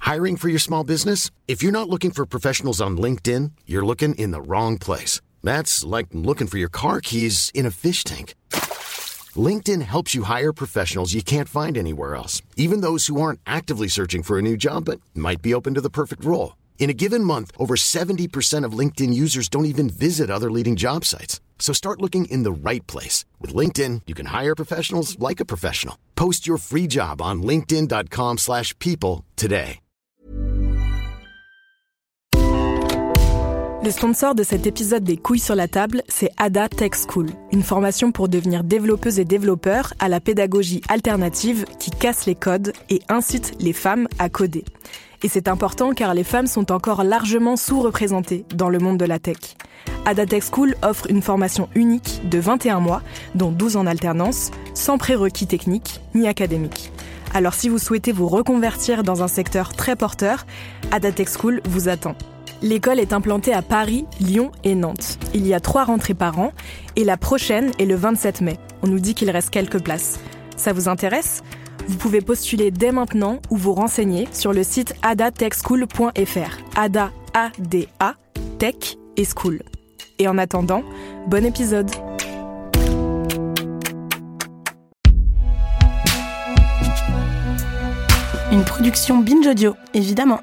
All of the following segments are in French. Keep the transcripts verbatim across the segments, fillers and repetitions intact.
Hiring for your small business? If you're not looking for professionals on LinkedIn, you're looking in the wrong place. That's like looking for your car keys in a fish tank. LinkedIn helps you hire professionals you can't find anywhere else, even those who aren't actively searching for a new job but might be open to the perfect role. In a given month, over seventy percent of LinkedIn users don't even visit other leading job sites. So start looking in the right place. With LinkedIn, you can hire professionals like a professional. Post your free job on linkedin.com slash people today. Le sponsor de cet épisode des Couilles sur la table, c'est Ada Tech School, une formation pour devenir développeuse et développeur à la pédagogie alternative qui casse les codes et incite les femmes à coder. Et c'est important car les femmes sont encore largement sous-représentées dans le monde de la tech. Ada Tech School offre une formation unique de vingt et un mois, dont douze en alternance, sans prérequis techniques ni académiques. Alors si vous souhaitez vous reconvertir dans un secteur très porteur, Ada Tech School vous attend. L'école est implantée à Paris, Lyon et Nantes. Il y a trois rentrées par an et la prochaine est le vingt-sept mai. On nous dit qu'il reste quelques places. Ça vous intéresse ? Vous pouvez postuler dès maintenant ou vous renseigner sur le site ada tech school point f r. Ada, A D A, Tech et School. Et en attendant, bon épisode. Une production Binge Audio, évidemment.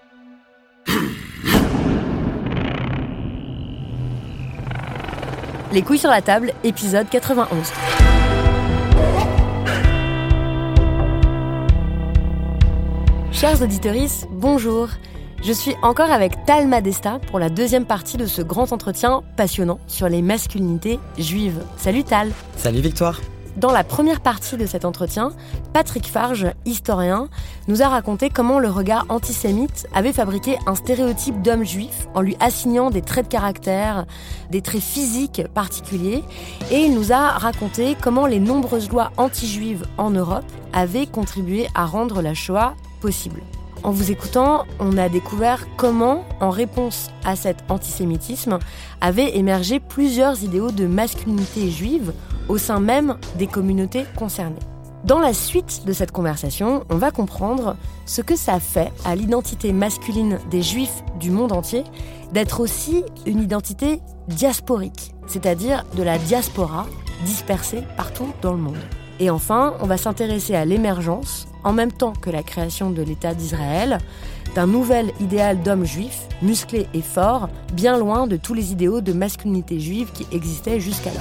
Les couilles sur la table, épisode quatre-vingt-onze. Chers auditeuristes, bonjour. Je suis encore avec Tal Madesta pour la deuxième partie de ce grand entretien passionnant sur les masculinités juives. Salut Tal. Salut Victoire. Dans la première partie de cet entretien, Patrick Farge, historien, nous a raconté comment le regard antisémite avait fabriqué un stéréotype d'homme juif en lui assignant des traits de caractère, des traits physiques particuliers, et il nous a raconté comment les nombreuses lois anti-juives en Europe avaient contribué à rendre la Shoah possible. En vous écoutant, on a découvert comment, en réponse à cet antisémitisme, avaient émergé plusieurs idéaux de masculinité juive au sein même des communautés concernées. Dans la suite de cette conversation, on va comprendre ce que ça fait à l'identité masculine des juifs du monde entier d'être aussi une identité diasporique, c'est-à-dire de la diaspora dispersée partout dans le monde. Et enfin, on va s'intéresser à l'émergence, en même temps que la création de l'État d'Israël, d'un nouvel idéal d'homme juif, musclé et fort, bien loin de tous les idéaux de masculinité juive qui existaient jusqu'alors.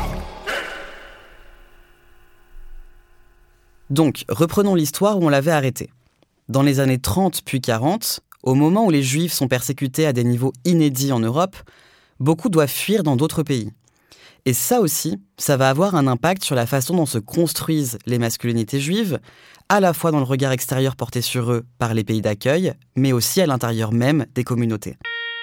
Donc, reprenons l'histoire où on l'avait arrêtée. Dans les années trente puis quarante, au moment où les Juifs sont persécutés à des niveaux inédits en Europe, beaucoup doivent fuir dans d'autres pays. Et ça aussi, ça va avoir un impact sur la façon dont se construisent les masculinités juives, à la fois dans le regard extérieur porté sur eux par les pays d'accueil, mais aussi à l'intérieur même des communautés.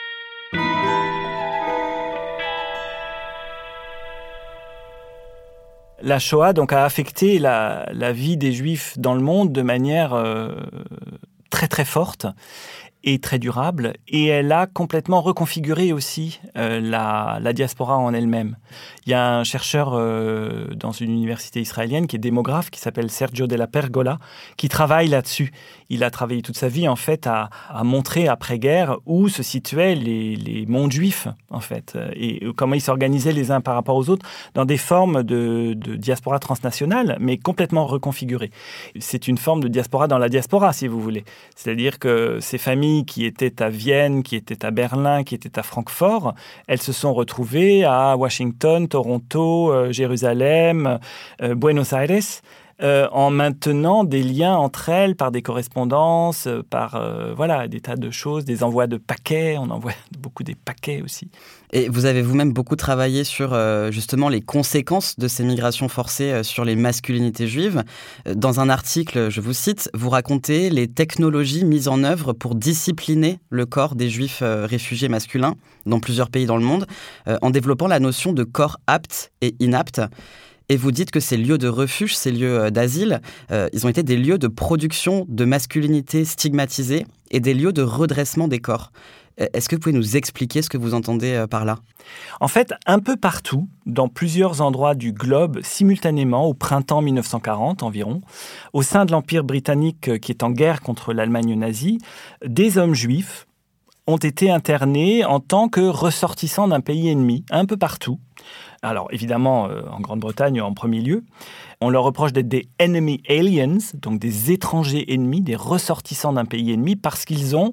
La Shoah donc, a affecté la, la vie des Juifs dans le monde de manière euh, très très forte et très durable, et elle a complètement reconfiguré aussi euh, la, la diaspora en elle-même. Il y a un chercheur euh, dans une université israélienne qui est démographe, qui s'appelle Sergio Della Pergola, qui travaille là-dessus. Il a travaillé toute sa vie, en fait, à, à montrer après-guerre où se situaient les, les mondes juifs, en fait, et comment ils s'organisaient les uns par rapport aux autres dans des formes de, de diaspora transnationale, mais complètement reconfigurées. C'est une forme de diaspora dans la diaspora, si vous voulez. C'est-à-dire que ces familles qui étaient à Vienne, qui étaient à Berlin, qui étaient à Francfort, elles se sont retrouvées à Washington, Toronto, euh, Jérusalem, euh, Buenos Aires, euh, en maintenant des liens entre elles par des correspondances, par euh, voilà, des tas de choses, des envois de paquets, on envoie beaucoup des paquets aussi. Et vous avez vous-même beaucoup travaillé sur euh, justement les conséquences de ces migrations forcées euh, sur les masculinités juives. Dans un article, je vous cite, vous racontez les technologies mises en œuvre pour discipliner le corps des juifs euh, réfugiés masculins dans plusieurs pays dans le monde, euh, en développant la notion de corps apte et inapte. Et vous dites que ces lieux de refuge, ces lieux d'asile, euh, ils ont été des lieux de production de masculinité stigmatisée et des lieux de redressement des corps. Est-ce que vous pouvez nous expliquer ce que vous entendez par là ? En fait, un peu partout, dans plusieurs endroits du globe, simultanément, au printemps mille neuf cent quarante environ, au sein de l'Empire britannique qui est en guerre contre l'Allemagne nazie, des hommes juifs ont été internés en tant que ressortissants d'un pays ennemi, un peu partout. Alors, évidemment, euh, en Grande-Bretagne en premier lieu. On leur reproche d'être des enemy aliens, donc des étrangers ennemis, des ressortissants d'un pays ennemi, parce qu'ils ont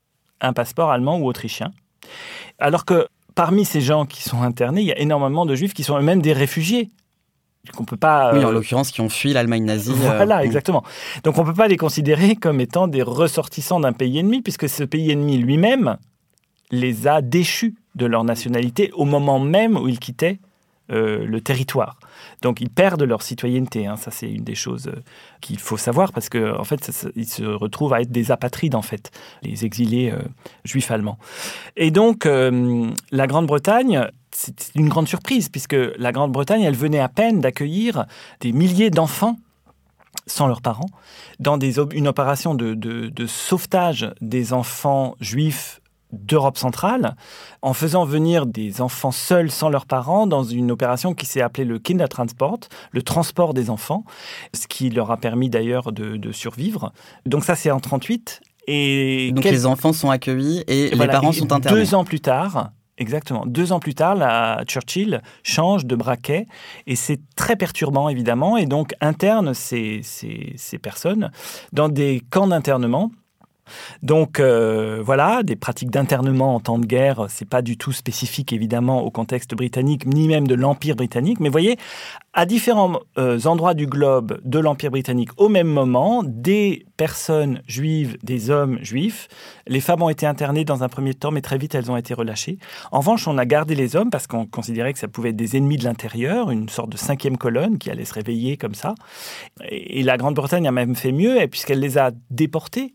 un passeport allemand ou autrichien. Alors que parmi ces gens qui sont internés, il y a énormément de juifs qui sont eux-mêmes des réfugiés. On peut pas, oui, en euh... l'occurrence, qui ont fui l'Allemagne nazie. Voilà, euh... exactement. Donc on ne peut pas les considérer comme étant des ressortissants d'un pays ennemi, puisque ce pays ennemi lui-même les a déchus de leur nationalité au moment même où ils quittaient euh, le territoire. Donc ils perdent leur citoyenneté. Hein. Ça, c'est une des choses euh, qu'il faut savoir, parce qu'en en fait, ça, ça, ils se retrouvent à être des apatrides, en fait, les exilés euh, juifs allemands. Et donc, euh, la Grande-Bretagne... c'est une grande surprise, puisque la Grande-Bretagne, elle venait à peine d'accueillir des milliers d'enfants sans leurs parents, dans des, une opération de, de, de sauvetage des enfants juifs d'Europe centrale, en faisant venir des enfants seuls sans leurs parents dans une opération qui s'est appelée le Kindertransport, le transport des enfants, ce qui leur a permis d'ailleurs de, de survivre. Donc ça, c'est en trente-huit. Et donc quel... les enfants sont accueillis et, et les voilà, parents et sont internés. Deux ans plus tard... Exactement. Deux ans plus tard, la Churchill change de braquet et c'est très perturbant, évidemment, et donc interne ces, ces, ces personnes dans des camps d'internement. Donc euh, voilà, des pratiques d'internement en temps de guerre, c'est pas du tout spécifique, évidemment, au contexte britannique, ni même de l'Empire britannique, mais vous voyez, à différents euh, endroits du globe de l'Empire britannique, au même moment, des personnes juives, des hommes juifs, les femmes ont été internées dans un premier temps, mais très vite, elles ont été relâchées. En revanche, on a gardé les hommes parce qu'on considérait que ça pouvait être des ennemis de l'intérieur, une sorte de cinquième colonne qui allait se réveiller comme ça. Et, et la Grande-Bretagne a même fait mieux, puisqu'elle les a déportés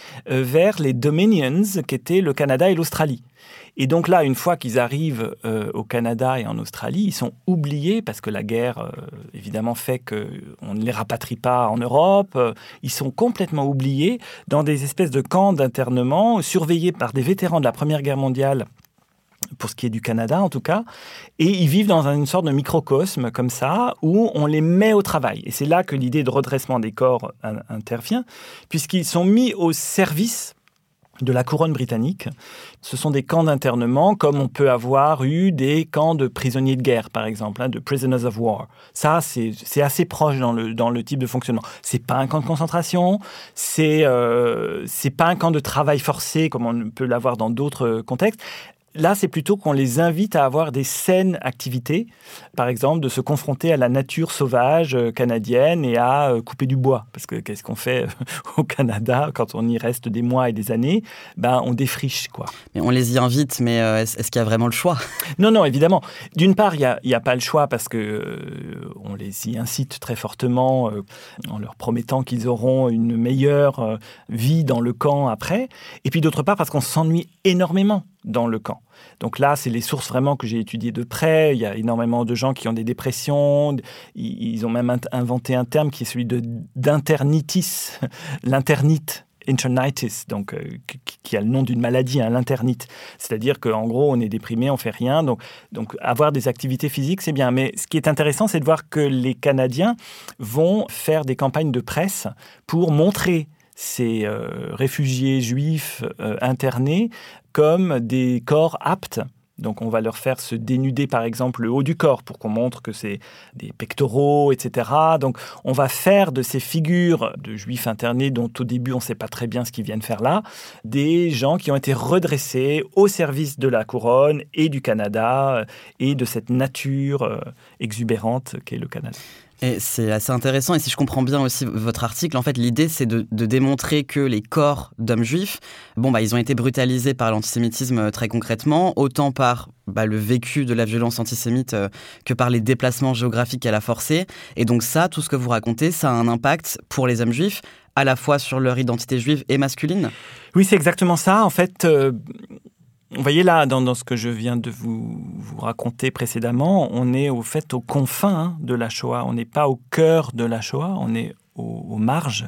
vers les Dominions, qui étaient le Canada et l'Australie. Et donc là, une fois qu'ils arrivent euh, au Canada et en Australie, ils sont oubliés parce que la guerre, euh, évidemment, fait qu'on ne les rapatrie pas en Europe. Euh, ils sont complètement oubliés dans des espèces de camps d'internement surveillés par des vétérans de la Première Guerre mondiale, pour ce qui est du Canada en tout cas, et ils vivent dans une sorte de microcosme comme ça, où on les met au travail. Et c'est là que l'idée de redressement des corps intervient, puisqu'ils sont mis au service de la couronne britannique. Ce sont des camps d'internement comme on peut avoir eu des camps de prisonniers de guerre, par exemple, hein, de prisoners of war. Ça, c'est, c'est assez proche dans le, dans le type de fonctionnement. C'est pas un camp de concentration, c'est, euh, c'est pas un camp de travail forcé comme on peut l'avoir dans d'autres contextes. Là, c'est plutôt qu'on les invite à avoir des saines activités, par exemple de se confronter à la nature sauvage canadienne et à couper du bois. Parce que qu'est-ce qu'on fait au Canada quand on y reste des mois et des années ? Ben, on défriche, quoi. Mais on les y invite, mais est-ce, est-ce qu'il y a vraiment le choix ? Non, non, évidemment. D'une part, il n'y a, il y a pas le choix parce qu'on euh, les y incite très fortement euh, en leur promettant qu'ils auront une meilleure euh, vie dans le camp après. Et puis d'autre part, parce qu'on s'ennuie énormément dans le camp. Donc là, c'est les sources vraiment que j'ai étudiées de près. Il y a énormément de gens qui ont des dépressions. Ils ont même inventé un terme qui est celui de, d'internitis, l'internite, internitis, donc, euh, qui a le nom d'une maladie, hein, l'internite. C'est-à-dire qu'en gros, on est déprimé, on ne fait rien. Donc, donc, avoir des activités physiques, c'est bien. Mais ce qui est intéressant, c'est de voir que les Canadiens vont faire des campagnes de presse pour montrer ces euh, réfugiés juifs euh, internés comme des corps aptes. Donc on va leur faire se dénuder par exemple le haut du corps pour qu'on montre que c'est des pectoraux, et cetera. Donc on va faire de ces figures de juifs internés dont au début on ne sait pas très bien ce qu'ils viennent faire là, des gens qui ont été redressés au service de la couronne et du Canada et de cette nature exubérante qu'est le Canada. Et c'est assez intéressant, et si je comprends bien aussi votre article, en fait, l'idée, c'est de, de démontrer que les corps d'hommes juifs, bon, bah, ils ont été brutalisés par l'antisémitisme très concrètement, autant par bah, le vécu de la violence antisémite euh, que par les déplacements géographiques à la forcée. Et donc ça, tout ce que vous racontez, ça a un impact pour les hommes juifs, à la fois sur leur identité juive et masculine ? Oui, c'est exactement ça. En fait... Euh... Vous voyez là, dans, dans ce que je viens de vous, vous raconter précédemment, on est au fait aux confins hein, de la Shoah. On n'est pas au cœur de la Shoah, on est aux, aux marges.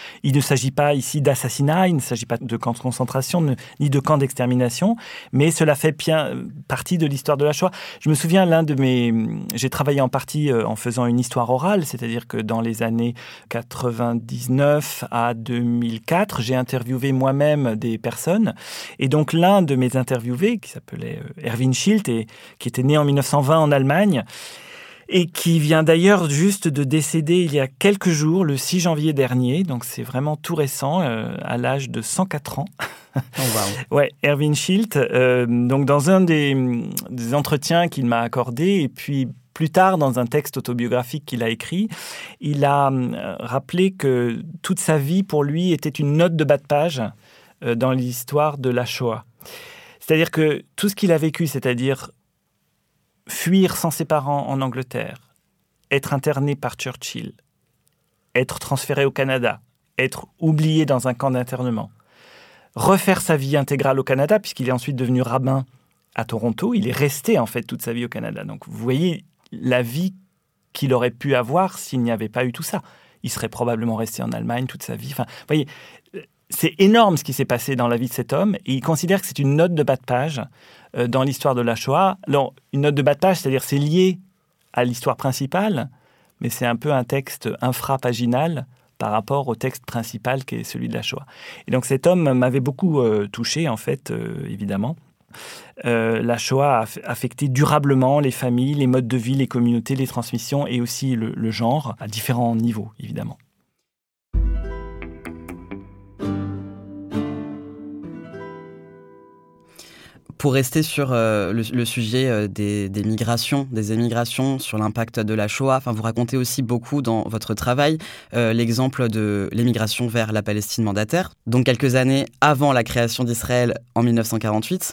Il ne s'agit pas ici d'assassinat, il ne s'agit pas de camps de concentration, ne, ni de camps d'extermination, mais cela fait bien partie de l'histoire de la Shoah. Je me souviens, l'un de mes... J'ai travaillé en partie en faisant une histoire orale, c'est-à-dire que dans les années quatre-vingt-dix-neuf à deux mille quatre, j'ai interviewé moi-même des personnes. Et donc, l'un de mes interviewés, qui s'appelait Erwin Schilt, et qui était né en mille neuf cent vingt en Allemagne, et qui vient d'ailleurs juste de décéder il y a quelques jours, le six janvier dernier, donc c'est vraiment tout récent, euh, à l'âge de cent quatre ans. Oh, wow. Ouais, Erwin Schilt, euh, donc dans un des, des entretiens qu'il m'a accordé, et puis plus tard, dans un texte autobiographique qu'il a écrit, il a euh, rappelé que toute sa vie, pour lui, était une note de bas de page euh, dans l'histoire de la Shoah. C'est-à-dire que tout ce qu'il a vécu, c'est-à-dire fuir sans ses parents en Angleterre, être interné par Churchill, être transféré au Canada, être oublié dans un camp d'internement, refaire sa vie intégrale au Canada, puisqu'il est ensuite devenu rabbin à Toronto. Il est resté, en fait, toute sa vie au Canada. Donc, vous voyez la vie qu'il aurait pu avoir s'il n'y avait pas eu tout ça. Il serait probablement resté en Allemagne toute sa vie. Enfin, vous voyez, c'est énorme ce qui s'est passé dans la vie de cet homme, et il considère que c'est une note de bas de page euh, dans l'histoire de la Shoah. Alors, une note de bas de page, c'est-à-dire c'est lié à l'histoire principale, mais c'est un peu un texte infrapaginal par rapport au texte principal qui est celui de la Shoah. Et donc cet homme m'avait beaucoup euh, touché, en fait, euh, évidemment. Euh, la Shoah a affecté durablement les familles, les modes de vie, les communautés, les transmissions et aussi le, le genre, à différents niveaux, évidemment. Pour rester sur euh, le, le sujet euh, des, des migrations, des émigrations, sur l'impact de la Shoah, enfin, vous racontez aussi beaucoup dans votre travail euh, l'exemple de l'émigration vers la Palestine mandataire, donc quelques années avant la création d'Israël en mille neuf cent quarante-huit.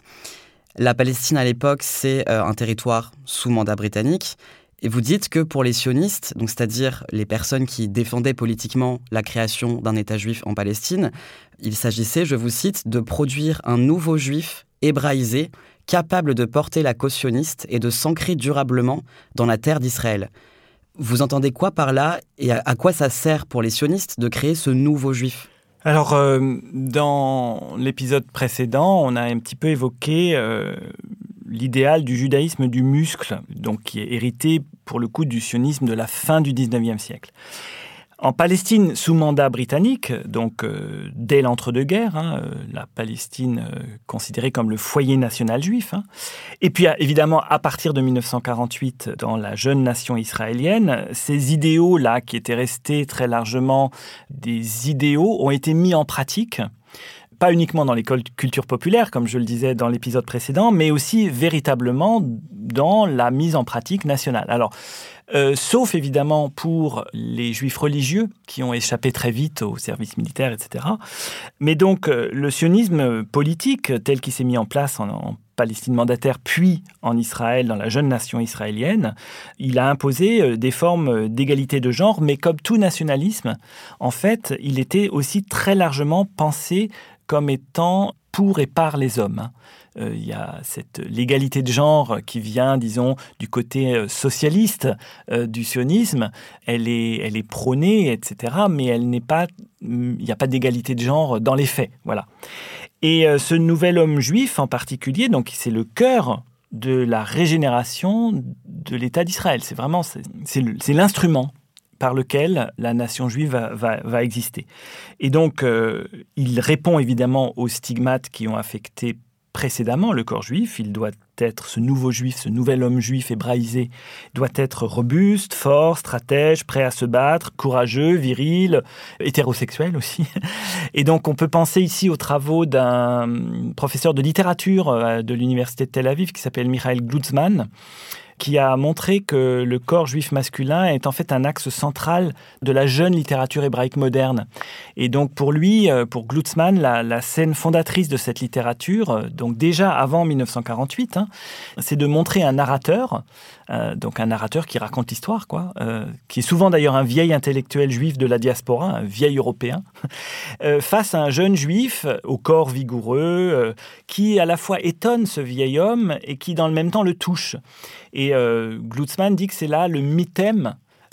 La Palestine, à l'époque, c'est euh, un territoire sous mandat britannique. Et vous dites que pour les sionistes, donc c'est-à-dire les personnes qui défendaient politiquement la création d'un État juif en Palestine, il s'agissait, je vous cite, de produire un nouveau juif hébraïsé, capable de porter la cause sioniste et de s'ancrer durablement dans la terre d'Israël. Vous entendez quoi par là et à, à quoi ça sert pour les sionistes de créer ce nouveau juif ? Alors, euh, dans l'épisode précédent, on a un petit peu évoqué euh, l'idéal du judaïsme du muscle, donc qui est hérité pour le coup du sionisme de la fin du dix-neuvième siècle. En Palestine, sous mandat britannique, donc euh, dès l'entre-deux-guerres, hein, euh, la Palestine euh, considérée comme le foyer national juif, hein, et puis évidemment à partir de mille neuf cent quarante-huit, dans la jeune nation israélienne, ces idéaux-là qui étaient restés très largement des idéaux ont été mis en pratique, pas uniquement dans les cultures populaires, comme je le disais dans l'épisode précédent, mais aussi véritablement dans la mise en pratique nationale. Alors, Euh, sauf évidemment pour les juifs religieux qui ont échappé très vite au service militaire, et cetera. Mais donc euh, le sionisme politique tel qu'il s'est mis en place en, en Palestine mandataire, puis en Israël, dans la jeune nation israélienne, il a imposé euh, des formes d'égalité de genre, mais comme tout nationalisme, en fait, il était aussi très largement pensé comme étant pour et par les hommes. Euh, il y a cette l'égalité de genre qui vient, disons, du côté euh, socialiste euh, du sionisme. Elle est, elle est prônée, et cetera, mais elle n'est pas, il n'y a pas d'égalité de genre dans les faits. Voilà. Et euh, ce nouvel homme juif en particulier, donc c'est le cœur de la régénération de l'État d'Israël. C'est vraiment, c'est, c'est, le, c'est l'instrument par lequel la nation juive va, va, va exister. Et donc, euh, il répond évidemment aux stigmates qui ont affecté précédemment le corps juif. Il doit être, ce nouveau juif, ce nouvel homme juif hébraïsé, doit être robuste, fort, stratège, prêt à se battre, courageux, viril, hétérosexuel aussi. Et donc, on peut penser ici aux travaux d'un professeur de littérature de l'université de Tel Aviv qui s'appelle Michael Glucksmann, qui a montré que le corps juif masculin est en fait un axe central de la jeune littérature hébraïque moderne. Et donc pour lui, pour Glucksmann, la, la scène fondatrice de cette littérature, donc déjà avant mille neuf cent quarante-huit, hein, c'est de montrer un narrateur, euh, donc un narrateur qui raconte l'histoire, quoi, euh, qui est souvent d'ailleurs un vieil intellectuel juif de la diaspora, un vieil européen, euh, face à un jeune juif au corps vigoureux, euh, qui à la fois étonne ce vieil homme et qui dans le même temps le touche. Et euh, Glucksmann dit que c'est là le mythème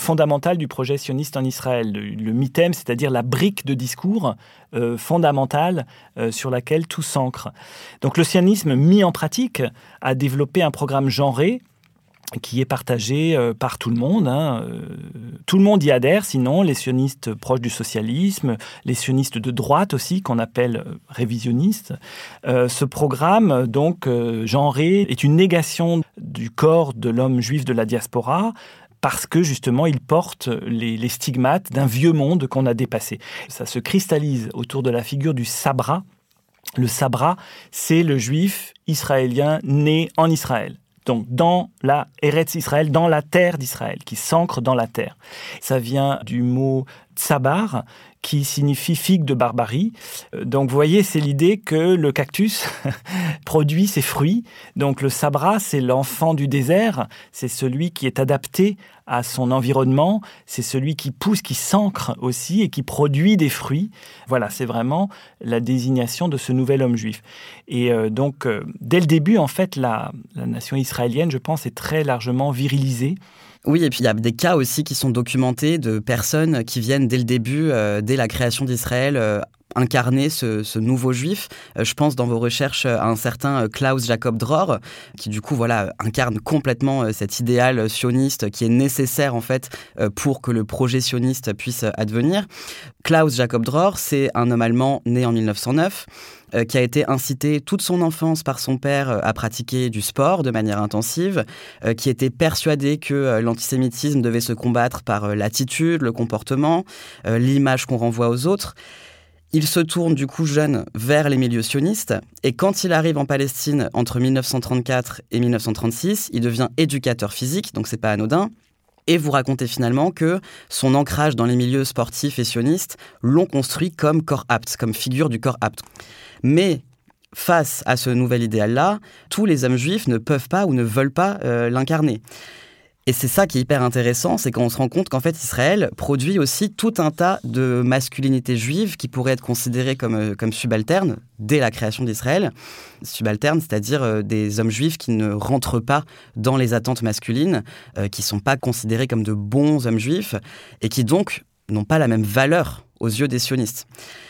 fondamentale du projet sioniste en Israël, le, le mythème, c'est-à-dire la brique de discours euh, fondamentale euh, sur laquelle tout s'ancre. Donc le sionisme mis en pratique a développé un programme genré qui est partagé euh, par tout le monde. Hein. Euh, tout le monde y adhère, sinon les sionistes proches du socialisme, les sionistes de droite aussi, qu'on appelle euh, révisionnistes. Euh, ce programme, donc, euh, genré, est une négation du corps de l'homme juif de la diaspora, parce que, justement, il porte les, les stigmates d'un vieux monde qu'on a dépassé. Ça se cristallise autour de la figure du sabra. Le sabra, c'est le juif israélien né en Israël. Donc, dans la Eretz Israël, dans la terre d'Israël, qui s'ancre dans la terre. Ça vient du mot tsabar, qui signifie figue de barbarie. Donc, vous voyez, c'est l'idée que le cactus produit ses fruits. Donc, le sabra, c'est l'enfant du désert. C'est celui qui est adapté à son environnement. C'est celui qui pousse, qui s'ancre aussi et qui produit des fruits. Voilà, c'est vraiment la désignation de ce nouvel homme juif. Et euh, donc, euh, dès le début, en fait, la, la nation israélienne, je pense, est très largement virilisée. Oui, et puis il y a des cas aussi qui sont documentés de personnes qui viennent dès le début, euh, dès la création d'Israël, euh, incarner ce, ce nouveau juif. Euh, je pense dans vos recherches à un certain Klaus Jacob Dror, qui du coup voilà, incarne complètement euh, cet idéal sioniste qui est nécessaire en fait euh, pour que le projet sioniste puisse advenir. Klaus Jacob Dror, c'est un homme allemand né en mille neuf cent neuf, euh, qui a été incité toute son enfance par son père euh, à pratiquer du sport de manière intensive, euh, qui était persuadé que euh, l'antisémitisme devait se combattre par euh, l'attitude, le comportement, euh, l'image qu'on renvoie aux autres. Il se tourne du coup jeune vers les milieux sionistes et quand il arrive en Palestine entre mille neuf cent trente-quatre et mille neuf cent trente-six, il devient éducateur physique, donc c'est pas anodin. Et vous racontez finalement que son ancrage dans les milieux sportifs et sionistes l'ont construit comme corps apte, comme figure du corps apte. Mais face à ce nouvel idéal-là, tous les hommes juifs ne peuvent pas ou ne veulent pas euh, l'incarner. Et c'est ça qui est hyper intéressant, c'est qu'on se rend compte qu'en fait Israël produit aussi tout un tas de masculinités juives qui pourraient être considérées comme, comme subalternes dès la création d'Israël. Subalternes, c'est-à-dire euh, des hommes juifs qui ne rentrent pas dans les attentes masculines, euh, qui ne sont pas considérés comme de bons hommes juifs et qui donc n'ont pas la même valeur aux yeux des sionistes.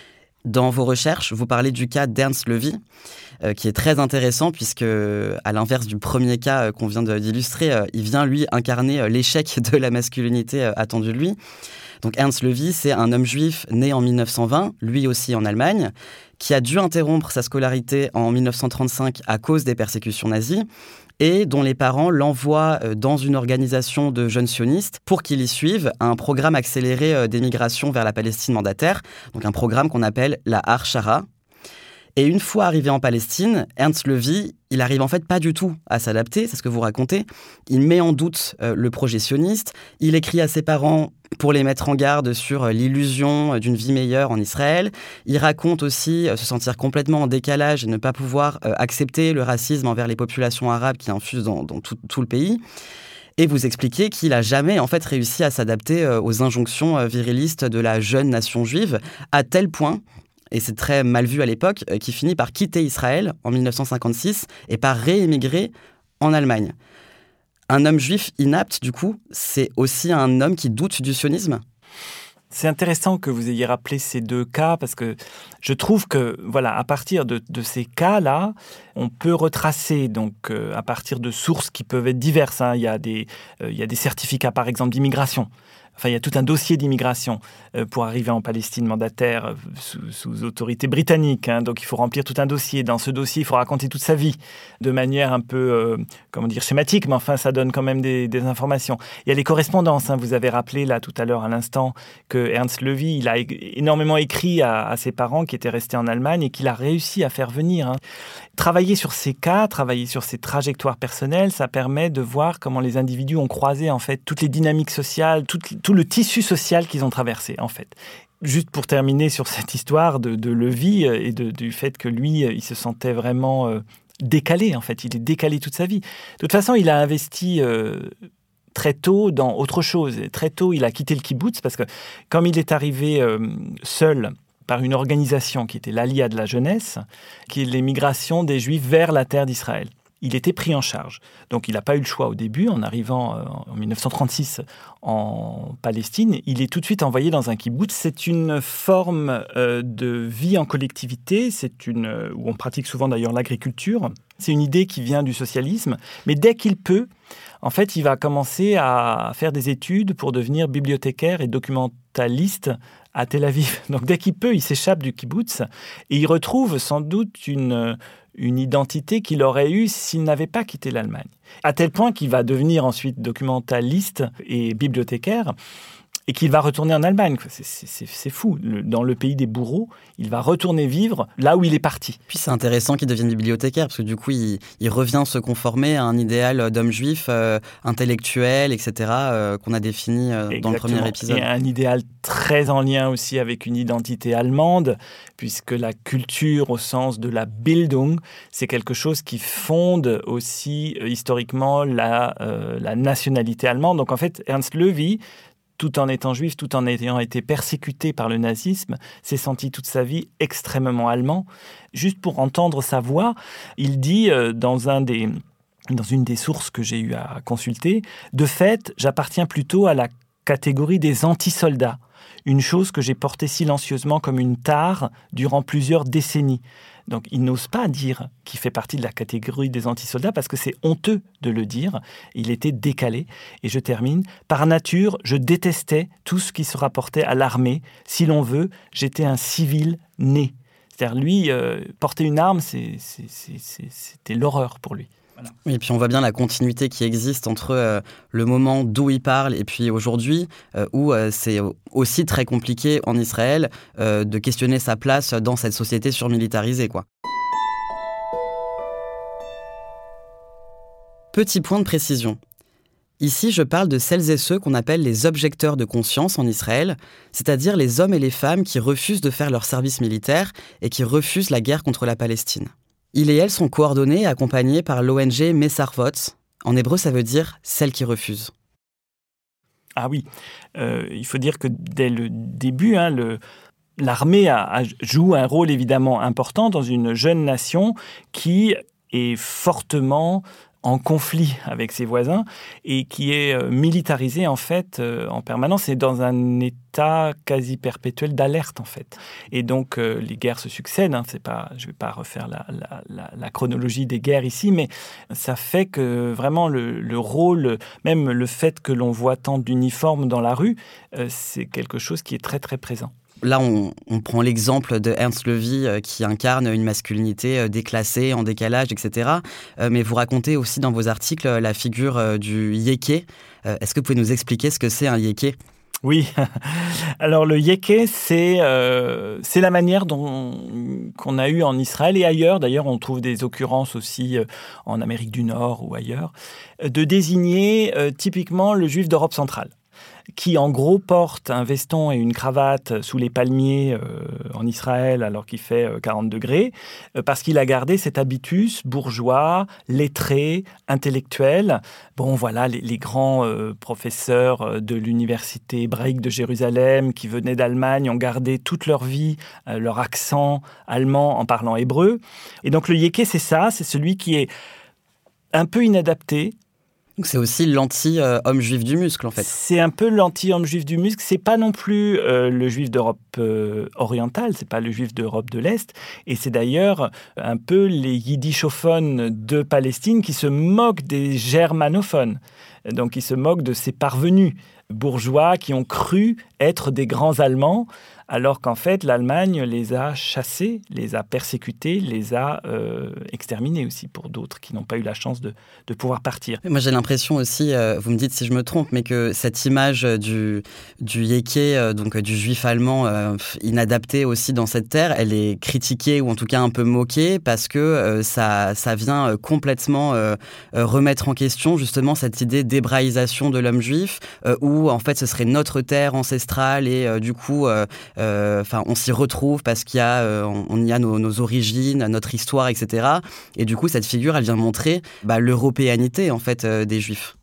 Dans vos recherches, vous parlez du cas d'Ernst Levy, euh, qui est très intéressant puisque, à l'inverse du premier cas euh, qu'on vient de, d'illustrer, euh, il vient, lui, incarner euh, l'échec de la masculinité euh, attendue de lui. Donc Ernst Levy, c'est un homme juif né en mille neuf cent vingt, lui aussi en Allemagne, qui a dû interrompre sa scolarité en mille neuf cent trente-cinq à cause des persécutions nazies, et dont les parents l'envoient dans une organisation de jeunes sionistes pour qu'il y suive un programme accéléré d'émigration vers la Palestine mandataire, donc un programme qu'on appelle la Harshara. Et une fois arrivé en Palestine, Ernst Levy, il arrive en fait pas du tout à s'adapter, c'est ce que vous racontez. Il met en doute euh, le projet sioniste, il écrit à ses parents pour les mettre en garde sur euh, l'illusion d'une vie meilleure en Israël. Il raconte aussi euh, se sentir complètement en décalage et ne pas pouvoir euh, accepter le racisme envers les populations arabes qui infusent dans, dans tout, tout le pays. Et vous expliquez qu'il n'a jamais en fait réussi à s'adapter euh, aux injonctions euh, virilistes de la jeune nation juive, à tel point, et c'est très mal vu à l'époque, euh, qui finit par quitter Israël en mille neuf cent cinquante-six et par réémigrer en Allemagne. Un homme juif inapte, du coup, c'est aussi un homme qui doute du sionisme ? C'est intéressant que vous ayez rappelé ces deux cas parce que je trouve que, voilà, à partir de, de ces cas-là, on peut retracer, donc, euh, à partir de sources qui peuvent être diverses. Hein. Il y a des, euh, il y a des certificats, par exemple, d'immigration. Enfin, il y a tout un dossier d'immigration euh, pour arriver en Palestine mandataire euh, sous, sous autorité britannique. Hein. Donc, il faut remplir tout un dossier. Dans ce dossier, il faut raconter toute sa vie de manière un peu, euh, comment dire, schématique, mais enfin, ça donne quand même des, des informations. Il y a les correspondances. Hein. Vous avez rappelé, là, tout à l'heure, à l'instant, que Ernst Levy, il a é- énormément écrit à, à ses parents qui étaient restés en Allemagne et qu'il a réussi à faire venir. Hein. Travailler sur ces cas, travailler sur ces trajectoires personnelles, ça permet de voir comment les individus ont croisé, en fait, toutes les dynamiques sociales, toutes tout le tissu social qu'ils ont traversé, en fait. Juste pour terminer sur cette histoire de, de Levy et de, du fait que lui, il se sentait vraiment euh, décalé, en fait. Il est décalé toute sa vie. De toute façon, il a investi euh, très tôt dans autre chose. Et très tôt, il a quitté le kibbutz parce que comme il est arrivé euh, seul par une organisation qui était l'Aliyah de la jeunesse, qui est l'émigration des Juifs vers la terre d'Israël. il était pris en charge. Donc il n'a pas eu le choix au début, en arrivant euh, en dix-neuf cent trente-six en Palestine, il est tout de suite envoyé dans un kibboutz. C'est une forme euh, de vie en collectivité, c'est une, euh, où on pratique souvent d'ailleurs l'agriculture. C'est une idée qui vient du socialisme, mais dès qu'il peut, en fait, il va commencer à faire des études pour devenir bibliothécaire et documentaliste à Tel Aviv. Donc dès qu'il peut, il s'échappe du kibboutz et il retrouve sans doute une, une identité qu'il aurait eue s'il n'avait pas quitté l'Allemagne. À tel point qu'il va devenir ensuite documentaliste et bibliothécaire et qu'il va retourner en Allemagne. C'est, c'est, c'est fou. Le, dans le pays des bourreaux, il va retourner vivre là où il est parti. Puis c'est intéressant qu'il devienne bibliothécaire, parce que du coup, il, il revient se conformer à un idéal d'homme juif euh, intellectuel, et cetera, euh, qu'on a défini euh, dans le premier épisode. Et un idéal très en lien aussi avec une identité allemande, puisque la culture au sens de la Bildung, c'est quelque chose qui fonde aussi euh, historiquement la, euh, la nationalité allemande. Donc en fait, Ernst Löwy, tout en étant juif, tout en ayant été persécuté par le nazisme, s'est senti toute sa vie extrêmement allemand. Juste pour entendre sa voix, il dit euh, dans, un des, dans une des sources que j'ai eu à consulter, « De fait, j'appartiens plutôt à la catégorie des anti-soldats, une chose que j'ai portée silencieusement comme une tare durant plusieurs décennies. » Donc, il n'ose pas dire qu'il fait partie de la catégorie des anti-soldats parce que c'est honteux de le dire. Il était décalé. Et je termine. Par nature, je détestais tout ce qui se rapportait à l'armée. Si l'on veut, j'étais un civil né. C'est-à-dire, lui, euh, porter une arme, c'est, c'est, c'est, c'est, c'était l'horreur pour lui. Voilà. Oui, et puis on voit bien la continuité qui existe entre euh, le moment d'où il parle et puis aujourd'hui, euh, où euh, c'est aussi très compliqué en Israël euh, de questionner sa place dans cette société surmilitarisée, quoi. Petit point de précision. Ici, je parle de celles et ceux qu'on appelle les objecteurs de conscience en Israël, c'est-à-dire les hommes et les femmes qui refusent de faire leur service militaire et qui refusent la guerre contre la Palestine. Ils et elles sont coordonnés et accompagnés par l'O N G Mesarvot. En hébreu, ça veut dire « celles qui refusent ». Ah oui, euh, il faut dire que dès le début, hein, le, l'armée a, a, joue un rôle évidemment important dans une jeune nation qui est fortement en conflit avec ses voisins et qui est euh, militarisée en fait euh, en permanence et dans un état quasi perpétuel d'alerte en fait. Et donc euh, les guerres se succèdent. Hein, c'est pas, je vais pas refaire la, la, la, la chronologie des guerres ici, mais ça fait que vraiment le, le rôle, même le fait que l'on voit tant d'uniformes dans la rue, euh, c'est quelque chose qui est très très présent. Là, on, on prend l'exemple de Ernst Löwy euh, qui incarne une masculinité euh, déclassée, en décalage, et cetera. Euh, mais vous racontez aussi dans vos articles euh, la figure euh, du yéké. Euh, est-ce que vous pouvez nous expliquer ce que c'est un yéké ? Oui. Alors le yéké, c'est, euh, c'est la manière dont, qu'on a eu en Israël et ailleurs, d'ailleurs on trouve des occurrences aussi euh, en Amérique du Nord ou ailleurs, de désigner euh, typiquement le juif d'Europe centrale, qui en gros porte un veston et une cravate sous les palmiers euh, en Israël alors qu'il fait euh, quarante degrés, euh, parce qu'il a gardé cet habitus bourgeois, lettré, intellectuel. Bon, voilà, les, les grands euh, professeurs de l'université hébraïque de Jérusalem qui venaient d'Allemagne ont gardé toute leur vie euh, leur accent allemand en parlant hébreu. Et donc le yéké, c'est ça, c'est celui qui est un peu inadapté. Donc c'est aussi l'anti-homme juif du muscle, en fait. C'est un peu l'anti-homme juif du muscle. C'est pas non plus euh, le juif d'Europe euh, orientale, c'est pas le juif d'Europe de l'Est. Et c'est d'ailleurs un peu les yiddishophones de Palestine qui se moquent des germanophones. Donc ils se moquent de ces parvenus bourgeois qui ont cru être des grands Allemands, alors qu'en fait, l'Allemagne les a chassés, les a persécutés, les a euh, exterminés aussi pour d'autres qui n'ont pas eu la chance de, de pouvoir partir. Moi, j'ai l'impression aussi, euh, vous me dites si je me trompe, mais que cette image du, du yéké, euh, donc du juif allemand euh, inadapté aussi dans cette terre, elle est critiquée ou en tout cas un peu moquée parce que euh, ça, ça vient complètement euh, remettre en question justement cette idée d'hébraïsation de l'homme juif, euh, où en fait ce serait notre terre ancestrale et euh, du coup... Euh, Enfin, euh, on s'y retrouve parce qu'il y a, euh, on y a nos, nos origines, notre histoire, et cetera. Et du coup, cette figure, elle vient montrer bah, l'européanité en fait euh, des Juifs.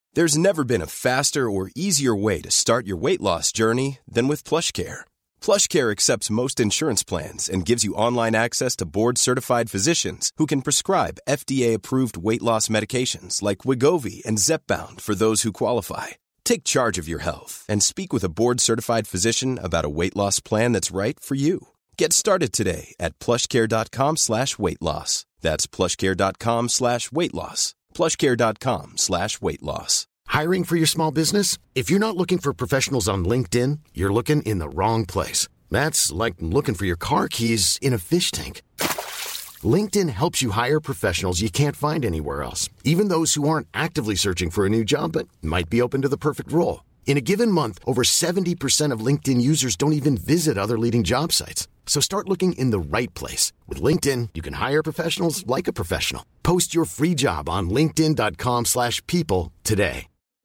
There's never been a faster or easier way to start your weight loss journey than with PlushCare. PlushCare accepts most insurance plans and gives you online access to board-certified physicians who can prescribe F D A-approved weight loss medications like Wegovy and Zepbound for those who qualify. Take charge of your health and speak with a board-certified physician about a weight loss plan that's right for you. Get started today at plushcare.com slash weight loss. That's plushcare.com slash weight loss. plushcare.com slash weight loss. Hiring for your small business? If you're not looking for professionals on LinkedIn, you're looking in the wrong place. That's like looking for your car keys in a fish tank. LinkedIn helps you hire professionals you can't find anywhere else, even those who aren't actively searching for a new job but might be open to the perfect role. In a given month, over seventy percent of LinkedIn users don't even visit other leading job sites. So start looking in the right place. With LinkedIn, you can hire professionals like a professional. Post your free job on linkedin.com slash people today.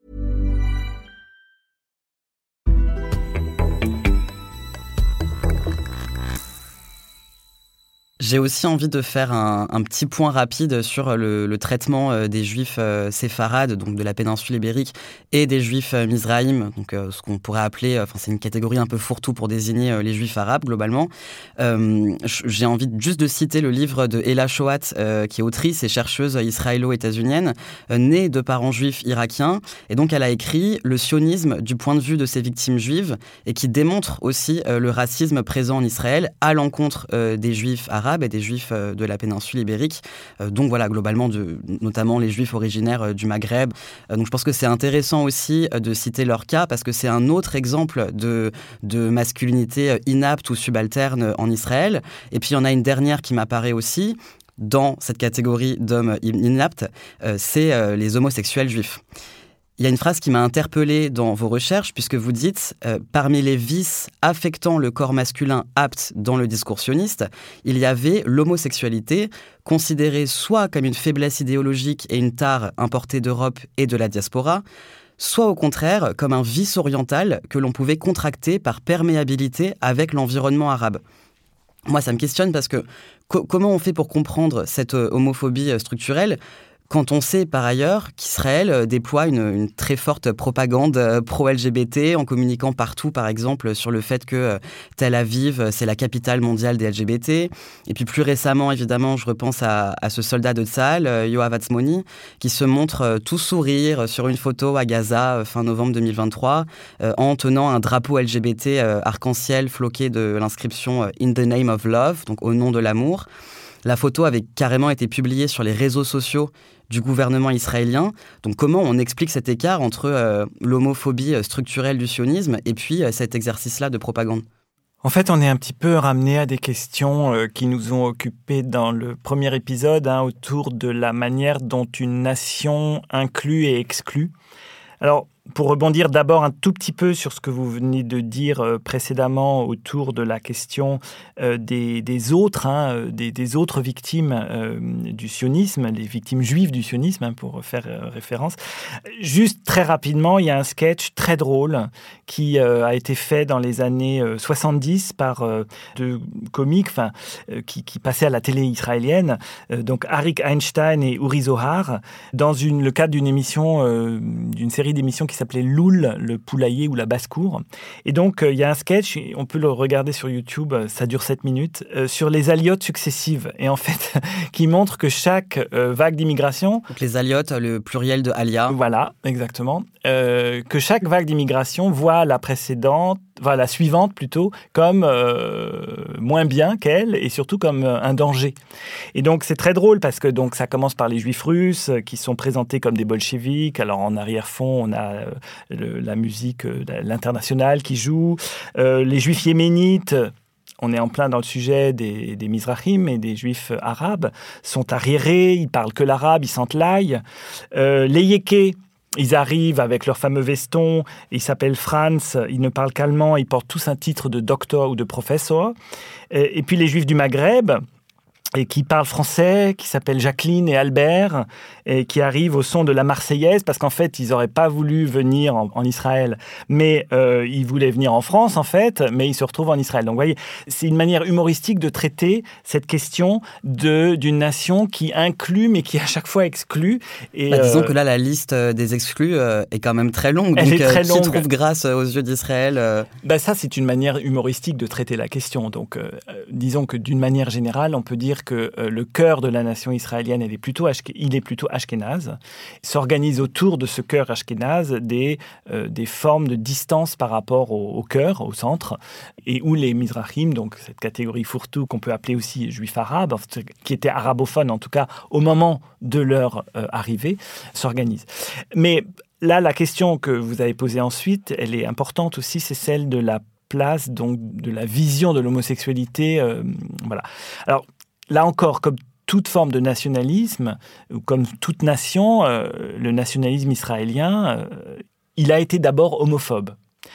J'ai aussi envie de faire un, un petit point rapide sur le, le traitement des juifs euh, séfarades, donc de la péninsule ibérique, et des juifs euh, mizraïm, donc euh, ce qu'on pourrait appeler, enfin c'est une catégorie un peu fourre-tout pour désigner euh, les juifs arabes globalement. Euh, j'ai envie juste de citer le livre de Ella Shohat, euh, qui est autrice et chercheuse israélo-états-unienne, euh, née de parents juifs irakiens, et donc elle a écrit le sionisme du point de vue de ses victimes juives, et qui démontre aussi euh, le racisme présent en Israël à l'encontre euh, des juifs arabes et des juifs de la péninsule ibérique, donc voilà, globalement, de, notamment les juifs originaires du Maghreb. Donc je pense que c'est intéressant aussi de citer leur cas, parce que c'est un autre exemple de, de masculinité inapte ou subalterne en Israël. Et puis il y en a une dernière qui m'apparaît aussi, dans cette catégorie d'hommes inaptes, c'est les homosexuels juifs. Il y a une phrase qui m'a interpellée dans vos recherches, puisque vous dites euh, « Parmi les vices affectant le corps masculin apte dans le discours sioniste, il y avait l'homosexualité, considérée soit comme une faiblesse idéologique et une tare importée d'Europe et de la diaspora, soit au contraire comme un vice oriental que l'on pouvait contracter par perméabilité avec l'environnement arabe. » Moi, ça me questionne parce que co- comment on fait pour comprendre cette euh, homophobie euh, structurelle quand on sait par ailleurs qu'Israël déploie une, une très forte propagande pro-L G B T en communiquant partout, par exemple, sur le fait que Tel Aviv, c'est la capitale mondiale des L G B T. Et puis plus récemment, évidemment, je repense à, à ce soldat de Tzahal, Yoav Atzmoni, qui se montre tout sourire sur une photo à Gaza fin novembre deux mille vingt-trois, euh, en tenant un drapeau L G B T euh, arc-en-ciel floqué de l'inscription « In the name of love », donc au nom de l'amour. La photo avait carrément été publiée sur les réseaux sociaux du gouvernement israélien. Donc comment on explique cet écart entre euh, l'homophobie structurelle du sionisme et puis euh, cet exercice-là de propagande ? En fait, on est un petit peu ramené à des questions euh, qui nous ont occupés dans le premier épisode, hein, autour de la manière dont une nation inclut et exclut. Alors, pour rebondir d'abord un tout petit peu sur ce que vous venez de dire euh, précédemment autour de la question euh, des, des autres, hein, des, des autres victimes euh, du sionisme, les victimes juives du sionisme, hein, pour faire euh, référence. Juste très rapidement, il y a un sketch très drôle qui euh, a été fait dans les années euh, soixante-dix par euh, deux comiques, enfin, euh, qui, qui passaient à la télé israélienne, euh, donc Arik Einstein et Uri Zohar, dans une, le cadre d'une émission, euh, d'une série d'émissions qui qui s'appelait Loul, le poulailler ou la basse-cour. Et donc, euh, il y a un sketch, on peut le regarder sur YouTube, ça dure sept minutes, euh, sur les aliotes successives. Et en fait, qui montre que chaque euh, vague d'immigration... Donc les aliotes, le pluriel de alia. Voilà, exactement. Euh, que chaque vague d'immigration voit la précédente, enfin la suivante plutôt, comme euh, moins bien qu'elle et surtout comme un danger. Et donc c'est très drôle parce que donc ça commence par les juifs russes qui sont présentés comme des bolcheviks. Alors en arrière-fond, on a euh, le, la musique, euh, l'internationale qui joue. Euh, les juifs yéménites, on est en plein dans le sujet des, des Mizrahim et des juifs arabes, sont arriérés, ils parlent que l'arabe, ils sentent l'ail. Euh, les Yékés, ils arrivent avec leur fameux veston, ils s'appellent Franz, ils ne parlent qu'allemand, ils portent tous un titre de docteur ou de professeur. Et puis les juifs du Maghreb, et qui parlent français, qui s'appellent Jacqueline et Albert, et qui arrivent au son de la Marseillaise, parce qu'en fait, ils n'auraient pas voulu venir en, en Israël, mais euh, ils voulaient venir en France, en fait, mais ils se retrouvent en Israël. Donc, vous voyez, c'est une manière humoristique de traiter cette question de, d'une nation qui inclut, mais qui à chaque fois exclut. Et, bah, disons euh, que là, la liste des exclus euh, est quand même très longue. Elle donc, est très euh, longue. qui trouve grâce aux yeux d'Israël euh... bah, ça, c'est une manière humoristique de traiter la question. Donc, euh, disons que d'une manière générale, on peut dire que euh, le cœur de la nation israélienne, elle est plutôt ashké- il est plutôt ashkénaze. S'organisent autour de ce cœur ashkénaze des, euh, des formes de distance par rapport au, au cœur, au centre, et où les Mizrahim, donc cette catégorie fourre-tout qu'on peut appeler aussi juifs arabes, qui étaient arabophones en tout cas au moment de leur euh, arrivée, s'organisent. Mais là, la question que vous avez posée ensuite, elle est importante aussi, c'est celle de la place, donc de la vision de l'homosexualité. Euh, voilà. Alors, là encore, comme toute forme de nationalisme, ou comme toute nation, euh, le nationalisme israélien, euh, il a été d'abord homophobe.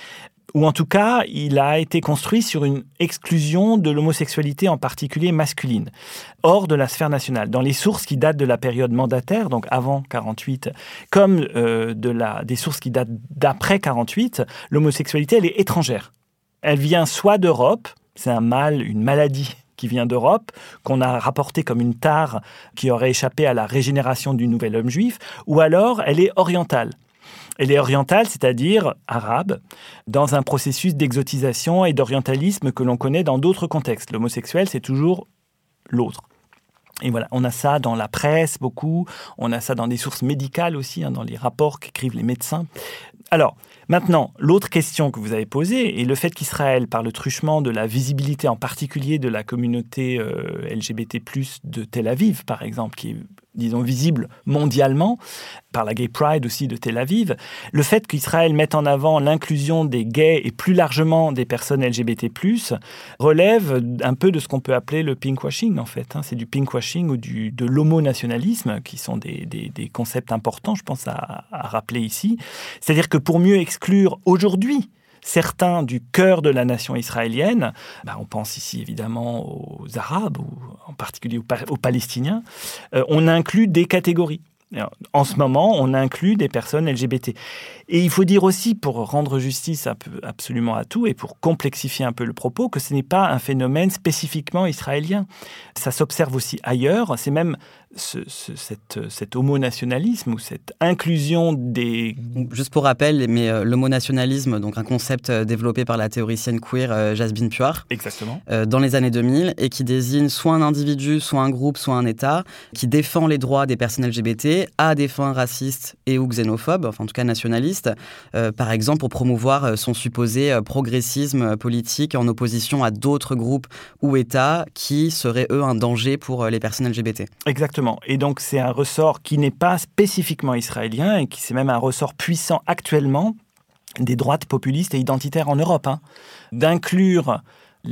Ou en tout cas, il a été construit sur une exclusion de l'homosexualité, en particulier masculine, hors de la sphère nationale. Dans les sources qui datent de la période mandataire, donc avant quarante-huit, comme euh, de la, des sources qui datent d'après quarante-huit, l'homosexualité, elle est étrangère. Elle vient soit d'Europe, c'est un mal, une maladie qui vient d'Europe, qu'on a rapporté comme une tare qui aurait échappé à la régénération du nouvel homme juif, ou alors elle est orientale. Elle est orientale, c'est-à-dire arabe, dans un processus d'exotisation et d'orientalisme que l'on connaît dans d'autres contextes. L'homosexuel, c'est toujours l'autre. Et voilà, on a ça dans la presse beaucoup, on a ça dans des sources médicales aussi, hein, dans les rapports qu'écrivent les médecins. Alors, maintenant, l'autre question que vous avez posée est le fait qu'Israël, par le truchement de la visibilité, en particulier de la communauté euh, L G B T plus, de Tel Aviv, par exemple, qui est, disons, visible mondialement, par la Gay Pride aussi de Tel Aviv, le fait qu'Israël mette en avant l'inclusion des gays et plus largement des personnes L G B T plus, relève un peu de ce qu'on peut appeler le pinkwashing, en fait. Hein. C'est du pinkwashing ou du, de l'homonationalisme, qui sont des, des, des concepts importants, je pense, à, à rappeler ici. C'est-à-dire que pour mieux exclure aujourd'hui certains du cœur de la nation israélienne, bah on pense ici évidemment aux Arabes, ou en particulier aux, aux Palestiniens, euh, on inclut des catégories. En ce moment, on inclut des personnes L G B T. Et il faut dire aussi, pour rendre justice absolument à tout et pour complexifier un peu le propos, que ce n'est pas un phénomène spécifiquement israélien. Ça s'observe aussi ailleurs. C'est même ce, ce, cette, cet homonationalisme ou cette inclusion des... Juste pour rappel, mais euh, l'homonationalisme, donc un concept euh, développé par la théoricienne queer euh, Jasbine Puar, Exactement. Euh, dans les années deux mille, et qui désigne soit un individu, soit un groupe, soit un État, qui défend les droits des personnes L G B T à des fins racistes et ou xénophobes, enfin en tout cas nationalistes, euh, par exemple pour promouvoir son supposé euh, progressisme politique en opposition à d'autres groupes ou États qui seraient eux un danger pour euh, les personnes L G B T. Exactement. Et donc c'est un ressort qui n'est pas spécifiquement israélien et qui c'est même un ressort puissant actuellement des droites populistes et identitaires en Europe, hein, d'inclure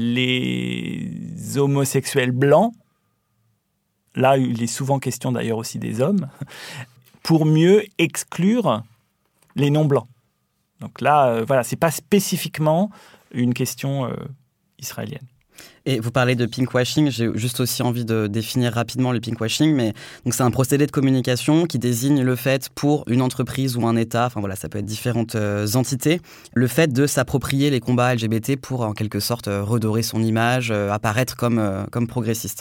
les homosexuels blancs. Là, il est souvent question d'ailleurs aussi des hommes, pour mieux exclure les non-blancs. Donc là, euh, voilà, c'est pas spécifiquement une question euh, israélienne. Et vous parlez de pinkwashing, j'ai juste aussi envie de définir rapidement le pinkwashing, mais donc c'est un procédé de communication qui désigne le fait pour une entreprise ou un État, enfin voilà, ça peut être différentes euh, entités, le fait de s'approprier les combats L G B T pour en quelque sorte euh, redorer son image, euh, apparaître comme, euh, comme progressiste.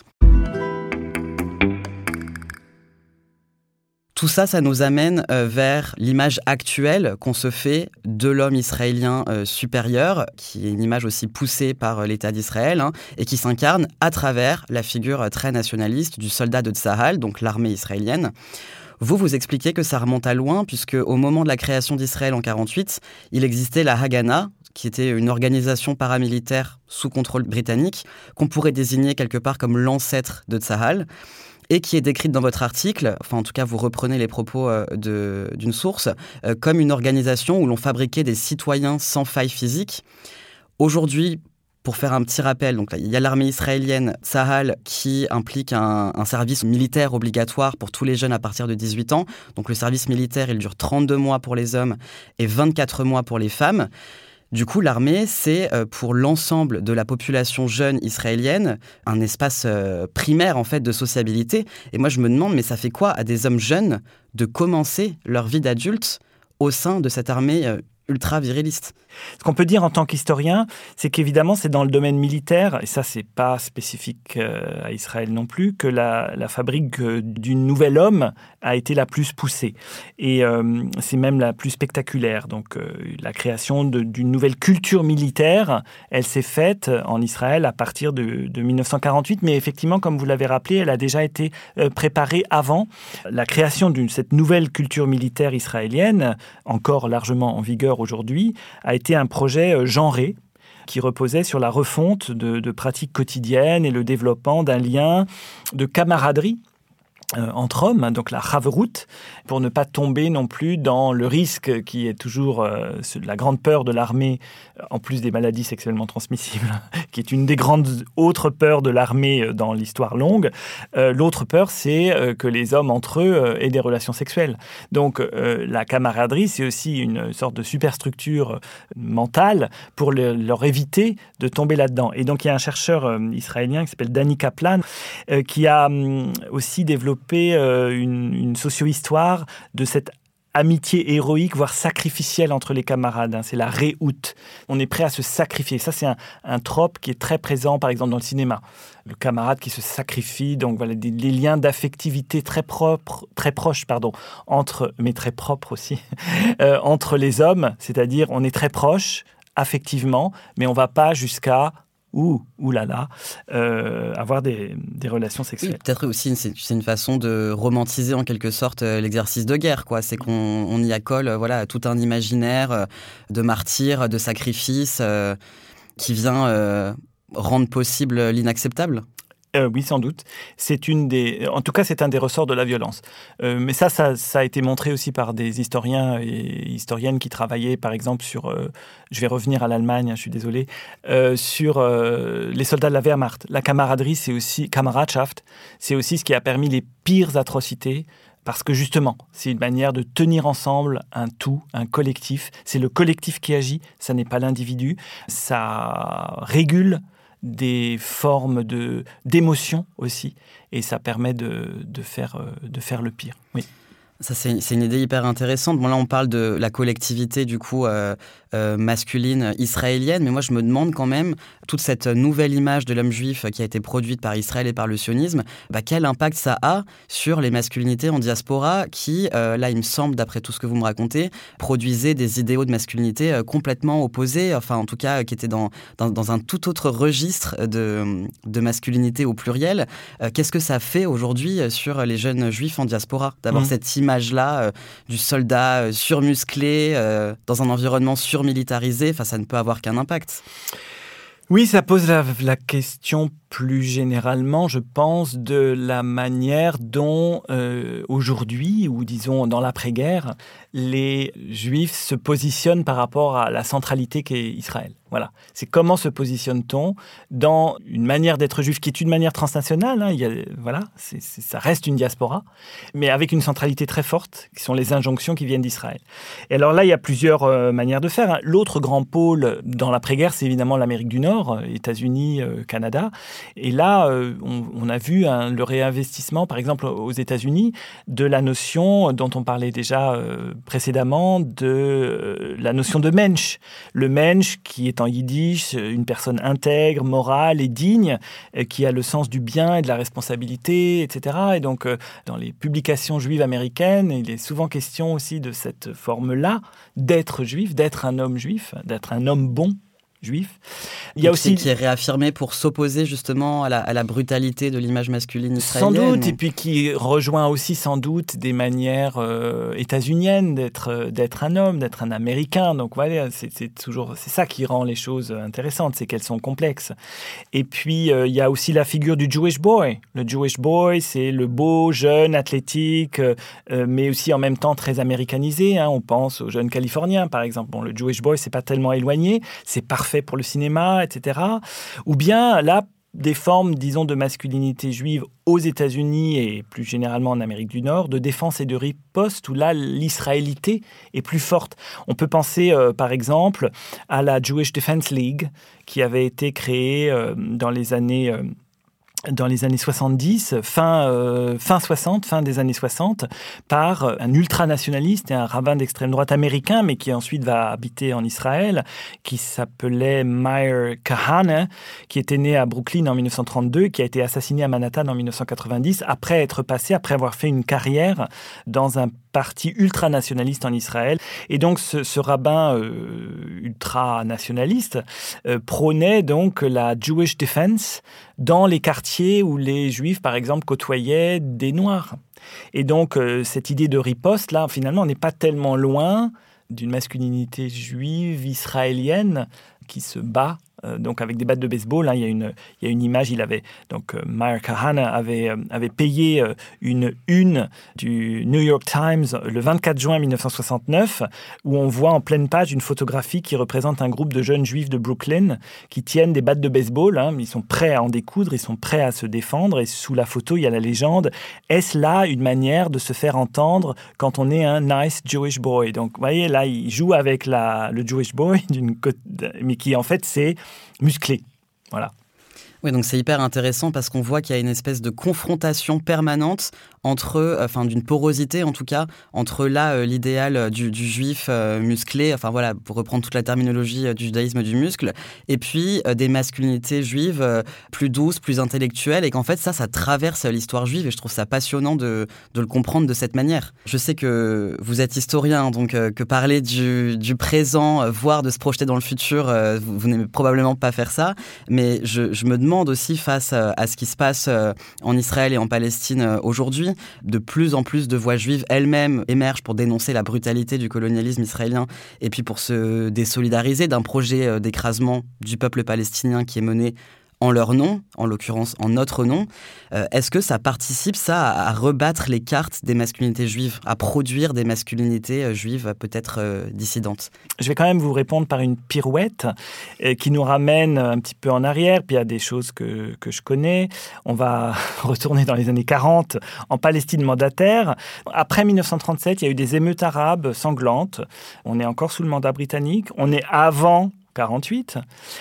Tout ça, ça nous amène euh, vers l'image actuelle qu'on se fait de l'homme israélien euh, supérieur, qui est une image aussi poussée par euh, l'État d'Israël, hein, et qui s'incarne à travers la figure euh, très nationaliste du soldat de Tsahal, donc l'armée israélienne. Vous, vous expliquez que ça remonte à loin, puisque au moment de la création d'Israël en quarante-huit, il existait la Haganah, qui était une organisation paramilitaire sous contrôle britannique, qu'on pourrait désigner quelque part comme l'ancêtre de Tsahal, et qui est décrite dans votre article, enfin en tout cas vous reprenez les propos euh, de, d'une source, euh, comme une organisation où l'on fabriquait des citoyens sans faille physique. Aujourd'hui, pour faire un petit rappel, donc là, il y a l'armée israélienne Tsahal qui implique un, un service militaire obligatoire pour tous les jeunes à partir de dix-huit ans. Donc le service militaire, il dure trente-deux mois pour les hommes et vingt-quatre mois pour les femmes. Du coup, l'armée, c'est euh, pour l'ensemble de la population jeune israélienne un espace euh, primaire en fait de sociabilité. Et moi, je me demande, mais ça fait quoi à des hommes jeunes de commencer leur vie d'adulte au sein de cette armée euh, ultra viriliste? Ce qu'on peut dire en tant qu'historien, c'est qu'évidemment, c'est dans le domaine militaire, et ça, c'est pas spécifique à Israël non plus, que la, la fabrique du nouvel homme a été la plus poussée. Et euh, c'est même la plus spectaculaire. Donc, euh, la création de, d'une nouvelle culture militaire, elle s'est faite en Israël à partir de, de dix-neuf cent quarante-huit, mais effectivement, comme vous l'avez rappelé, elle a déjà été euh, préparée avant. La création de cette nouvelle culture militaire israélienne, encore largement en vigueur aujourd'hui, a été un projet genré qui reposait sur la refonte de, de pratiques quotidiennes et le développement d'un lien de camaraderie Euh, entre hommes, donc la Haverut, pour ne pas tomber non plus dans le risque qui est toujours euh, la grande peur de l'armée, en plus des maladies sexuellement transmissibles, qui est une des grandes autres peurs de l'armée dans l'histoire longue. Euh, l'autre peur, c'est euh, que les hommes entre eux euh, aient des relations sexuelles. Donc euh, la camaraderie, c'est aussi une sorte de superstructure mentale pour le, leur éviter de tomber là-dedans. Et donc il y a un chercheur euh, israélien qui s'appelle Danny Kaplan, euh, qui a euh, aussi développé Une, une socio-histoire de cette amitié héroïque, voire sacrificielle entre les camarades. Hein. C'est la réoute. On est prêt à se sacrifier. Ça, c'est un, un trope qui est très présent, par exemple, dans le cinéma. Le camarade qui se sacrifie. Donc, voilà, des, les liens d'affectivité très propres, très proches, pardon, entre, mais très propres aussi, euh, entre les hommes. C'est-à-dire, on est très proches, affectivement, mais on ne va pas jusqu'à ou, ou là là, euh, avoir des, des relations sexuelles. Oui, peut-être aussi, c'est, c'est une façon de romantiser en quelque sorte l'exercice de guerre, quoi. C'est qu'on on y accole voilà, tout un imaginaire de martyrs, de sacrifices euh, qui vient euh, rendre possible l'inacceptable. Euh, oui, sans doute. C'est une des, en tout cas, c'est un des ressorts de la violence. Euh, mais ça, ça, ça a été montré aussi par des historiens et historiennes qui travaillaient, par exemple, sur, euh, je vais revenir à l'Allemagne, hein, je suis désolé, euh, sur euh, les soldats de la Wehrmacht. La camaraderie, c'est aussi, Kameradschaft, c'est aussi ce qui a permis les pires atrocités. Parce que justement, c'est une manière de tenir ensemble un tout, un collectif. C'est le collectif qui agit, ça n'est pas l'individu. Ça régule des formes de, d'émotion aussi, et ça permet de, de, faire, de faire le pire. Oui. Ça, c'est, c'est une idée hyper intéressante. Bon, là, on parle de la collectivité, du coup, euh, euh, masculine israélienne, mais moi, je me demande quand même, toute cette nouvelle image de l'homme juif qui a été produite par Israël et par le sionisme, bah, quel impact ça a sur les masculinités en diaspora qui, euh, là, il me semble, d'après tout ce que vous me racontez, produisaient des idéaux de masculinité euh, complètement opposés, enfin, en tout cas, euh, qui étaient dans, dans, dans un tout autre registre de, de masculinité au pluriel. Euh, qu'est-ce que ça fait aujourd'hui sur les jeunes juifs en diaspora, d'avoir mmh. cette image image-là euh, du soldat euh, surmusclé euh, dans un environnement surmilitarisé, enfin, ça ne peut avoir qu'un impact. Oui, ça pose la, la question plus généralement, je pense, de la manière dont euh, aujourd'hui, ou disons dans l'après-guerre, les Juifs se positionnent par rapport à la centralité qu'est Israël. Voilà. C'est comment se positionne-t-on dans une manière d'être juif qui est une manière transnationale. Hein, il y a, voilà, c'est, c'est, ça reste une diaspora, mais avec une centralité très forte, qui sont les injonctions qui viennent d'Israël. Et alors là, il y a plusieurs euh, manières de faire. Hein. L'autre grand pôle dans l'après-guerre, c'est évidemment l'Amérique du Nord, États-Unis, euh, Canada. Et là, euh, on, on a vu hein, le réinvestissement, par exemple aux États-Unis, de la notion dont on parlait déjà euh, précédemment, de euh, la notion de mensch. Le mensch qui est en yiddish une personne intègre, morale et digne, euh, qui a le sens du bien et de la responsabilité, et cetera. Et donc, euh, dans les publications juives américaines, il est souvent question aussi de cette forme-là, d'être juif, d'être un homme juif, d'être un homme bon, juif. Il y a aussi qui est réaffirmé pour s'opposer justement à la, à la brutalité de l'image masculine israélienne. Sans doute, ou... et puis qui rejoint aussi sans doute des manières euh, états-uniennes d'être, d'être un homme, d'être un Américain. Donc voilà, c'est, c'est toujours c'est ça qui rend les choses intéressantes, c'est qu'elles sont complexes. Et puis euh, il y a aussi la figure du Jewish boy. Le Jewish boy, c'est le beau, jeune, athlétique, euh, mais aussi en même temps très américanisé. Hein. On pense aux jeunes Californiens, par exemple. Bon, le Jewish boy, c'est pas tellement éloigné, c'est parfait pour le cinéma, et cetera. Ou bien, là, des formes, disons, de masculinité juive aux États-Unis et plus généralement en Amérique du Nord, de défense et de riposte, où là, l'israélité est plus forte. On peut penser, euh, par exemple, à la Jewish Defense League, qui avait été créée euh, dans les années... Euh, dans les années soixante-dix, fin, euh, fin soixante, fin des années soixante, par un ultranationaliste et un rabbin d'extrême droite américain, mais qui ensuite va habiter en Israël, qui s'appelait Meir Kahane, qui était né à Brooklyn en dix-neuf cent trente-deux, qui a été assassiné à Manhattan en dix-neuf cent quatre-vingt-dix, après être passé, après avoir fait une carrière dans un parti ultranationaliste en Israël. Et donc, ce, ce rabbin euh, ultranationaliste euh, prônait donc la Jewish Defense dans les quartiers où les Juifs, par exemple, côtoyaient des Noirs. Et donc, euh, cette idée de riposte, là, finalement, on n'est pas tellement loin d'une masculinité juive israélienne qui se bat euh, donc avec des battes de baseball. Hein, il y a une, il y a une image. Il avait donc euh, Meir Kahane avait euh, avait payé euh, une une du New York Times le vingt-quatre juin dix-neuf cent soixante-neuf, où on voit en pleine page une photographie qui représente un groupe de jeunes juifs de Brooklyn qui tiennent des battes de baseball. Hein, ils sont prêts à en découdre, ils sont prêts à se défendre. Et sous la photo, il y a la légende. Est-ce là une manière de se faire entendre quand on est un nice Jewish boy? Donc, vous voyez, là, il joue avec la, le Jewish boy, d'une, mais qui en fait c'est musclé. Voilà. Oui, donc c'est hyper intéressant parce qu'on voit qu'il y a une espèce de confrontation permanente entre, enfin d'une porosité en tout cas, entre là euh, l'idéal du, du juif euh, musclé, enfin voilà, pour reprendre toute la terminologie euh, du judaïsme du muscle, et puis euh, des masculinités juives euh, plus douces, plus intellectuelles, et qu'en fait ça, ça traverse l'histoire juive, et je trouve ça passionnant de, de le comprendre de cette manière. Je sais que vous êtes historien, donc euh, que parler du, du présent, euh, voire de se projeter dans le futur, euh, vous, vous n'aimez probablement pas faire ça, mais je, je me demande aussi face euh, à ce qui se passe euh, en Israël et en Palestine euh, aujourd'hui, de plus en plus de voix juives elles-mêmes émergent pour dénoncer la brutalité du colonialisme israélien et puis pour se désolidariser d'un projet d'écrasement du peuple palestinien qui est mené en leur nom, en l'occurrence en notre nom. Euh, est-ce que ça participe, ça, à, à rebattre les cartes des masculinités juives, à produire des masculinités euh, juives peut-être euh, dissidentes? Je vais quand même vous répondre par une pirouette euh, qui nous ramène un petit peu en arrière, puis il y a des choses que, que je connais. On va retourner dans les années quarante, en Palestine mandataire. Après dix-neuf cent trente-sept, il y a eu des émeutes arabes sanglantes. On est encore sous le mandat britannique. On est avant quarante-huit.